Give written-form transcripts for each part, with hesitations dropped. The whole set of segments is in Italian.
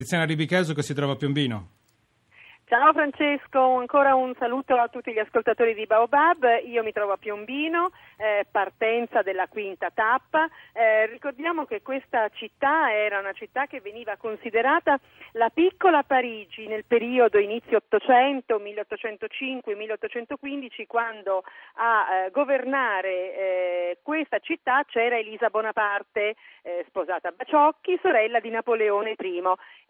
Tiziana Ribicheso che si trova a Piombino. Ciao Francesco, ancora un saluto a tutti gli ascoltatori di Baobab. Io mi trovo a Piombino, partenza della quinta tappa. Ricordiamo che questa città era una città che veniva considerata la piccola Parigi nel periodo inizio 800, 1805, 1815, quando a governare questa città c'era Elisa Bonaparte, sposata a Baciocchi, sorella di Napoleone I.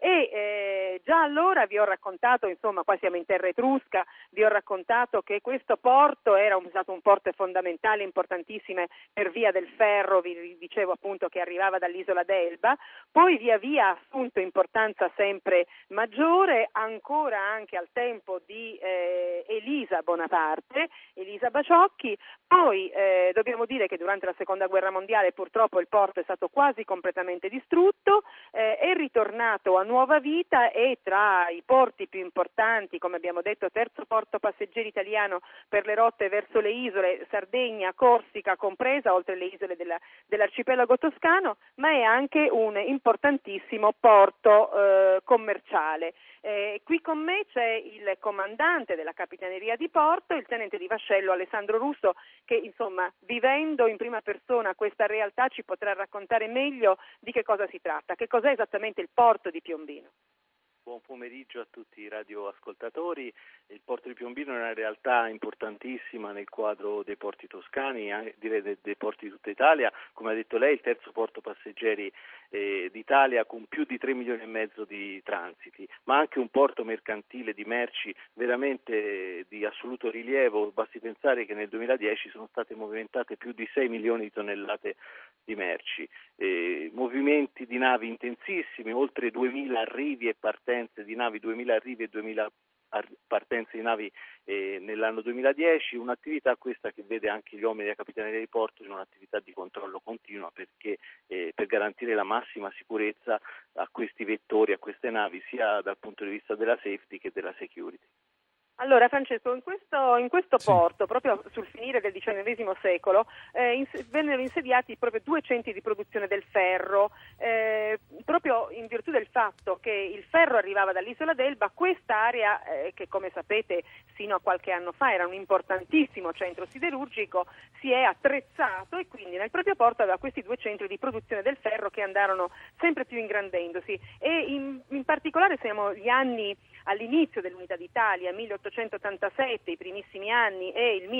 E già allora vi ho raccontato, insomma, qua siamo in terra etrusca, vi ho raccontato che questo porto era stato un porto fondamentale, importantissimo per via del ferro, vi dicevo appunto che arrivava dall'isola d'Elba, poi via via ha assunto importanza sempre maggiore, ancora anche al tempo di Elisa Bonaparte, Elisa Baciocchi, poi dobbiamo dire che durante la seconda guerra mondiale purtroppo il porto è stato quasi completamente distrutto, è ritornato a nuova vita e tra i porti più importanti, come abbiamo detto, terzo porto passeggeri italiano per le rotte verso le isole, Sardegna, Corsica compresa, oltre le isole dell'arcipelago toscano, ma è anche un importantissimo porto commerciale. Qui con me c'è il comandante della Capitaneria di Porto, il tenente di vascello Alessandro Russo, che insomma vivendo in prima persona questa realtà ci potrà raccontare meglio di che cosa si tratta, che cos'è esattamente il porto di Piombino. Buon pomeriggio a tutti i radioascoltatori. Il porto di Piombino è una realtà importantissima nel quadro dei porti toscani, direi dei porti di tutta Italia. Come ha detto lei, il terzo porto passeggeri d'Italia con più di 3 milioni e mezzo di transiti, ma anche un porto mercantile di merci veramente di assoluto rilievo. Basti pensare che nel 2010 sono state movimentate più di 6 milioni di tonnellate di merci, movimenti di navi intensissimi, oltre 2.000 arrivi e partenze di navi, 2.000 arrivi e 2.000 partenze di navi nell'anno 2010, un'attività questa che vede anche gli uomini della Capitaneria di Porto in un'attività di controllo continua, perché per garantire la massima sicurezza a questi vettori, a queste navi, sia dal punto di vista della safety che della security. Allora Francesco, in questo porto, proprio sul finire del XIX secolo, vennero insediati proprio 2 centri di produzione del ferro, proprio in virtù del fatto che il ferro arrivava dall'isola d'Elba. Quest'area, che come sapete sino a qualche anno fa era un importantissimo centro siderurgico, si è attrezzato e quindi nel proprio porto aveva questi 2 centri di produzione del ferro che andarono sempre più ingrandendosi, e in particolare siamo gli anni all'inizio dell'Unità d'Italia, 1887, i primissimi anni, e il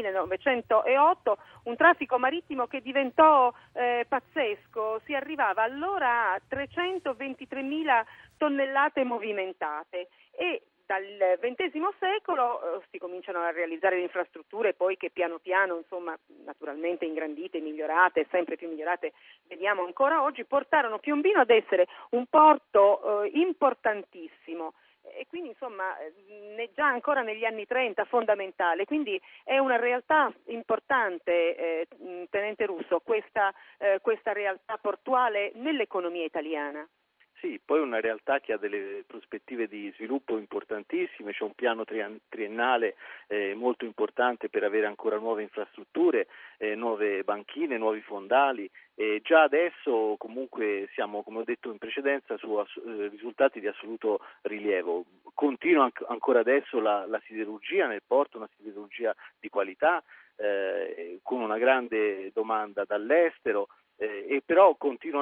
1908, un traffico marittimo che diventò pazzesco. Si arrivava allora a 323.000 tonnellate movimentate, e dal XX secolo si cominciano a realizzare le infrastrutture poi che piano piano, insomma, naturalmente ingrandite, migliorate, sempre più migliorate, vediamo ancora oggi, portarono Piombino ad essere un porto importantissimo. E quindi insomma già ancora negli anni 30 fondamentale, quindi è una realtà importante, tenente Russo, questa realtà portuale nell'economia italiana. Sì, poi è una realtà che ha delle prospettive di sviluppo importantissime, c'è un piano triennale molto importante per avere ancora nuove infrastrutture, nuove banchine, nuovi fondali. Già adesso comunque siamo, come ho detto in precedenza, su risultati di assoluto rilievo. Continua ancora adesso la siderurgia nel porto, una siderurgia di qualità, con una grande domanda dall'estero. E però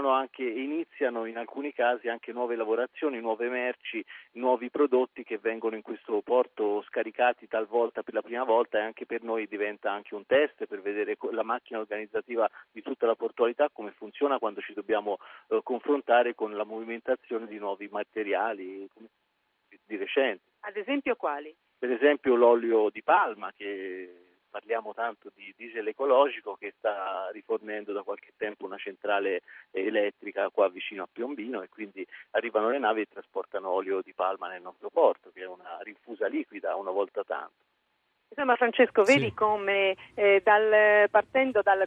iniziano in alcuni casi anche nuove lavorazioni, nuove merci, nuovi prodotti che vengono in questo porto scaricati talvolta per la prima volta, e anche per noi diventa anche un test per vedere la macchina organizzativa di tutta la portualità, come funziona quando ci dobbiamo confrontare con la movimentazione di nuovi materiali di recente. Ad esempio quali? Per esempio l'olio di palma, che parliamo tanto di diesel ecologico, che sta rifornendo da qualche tempo una centrale elettrica qua vicino a Piombino, e quindi arrivano le navi e trasportano olio di palma nel nostro porto, che è una rinfusa liquida una volta tanto. Insomma Francesco, vedi sì, come partendo dal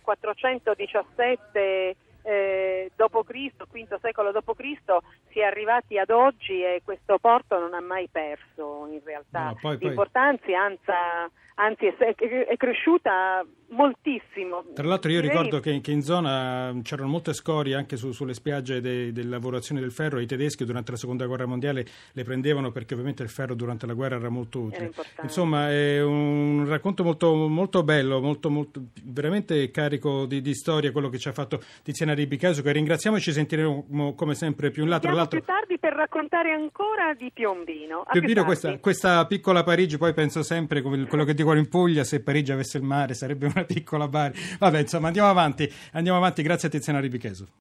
417 d.C., V secolo d.C., si è arrivati ad oggi, e questo porto non ha mai perso in realtà l'importanza, anzi è cresciuta moltissimo. Tra l'altro io ricordo che in zona c'erano molte scorie anche sulle spiagge delle lavorazioni del ferro. I tedeschi durante la seconda guerra mondiale le prendevano perché ovviamente il ferro durante la guerra era molto utile. Insomma, è un racconto molto, molto bello, molto, veramente carico di storia quello che ci ha fatto Tiziana Ribicaso, che ringraziamo e ci sentiremo come sempre più in là. Tra l'altro più tardi per raccontare ancora di Piombino. Piombino, questa piccola Parigi, poi penso sempre quello che dicono in Puglia, se Parigi avesse il mare sarebbe una piccola Bari. Vabbè, insomma, andiamo avanti. Grazie a Tiziana Ribicheso.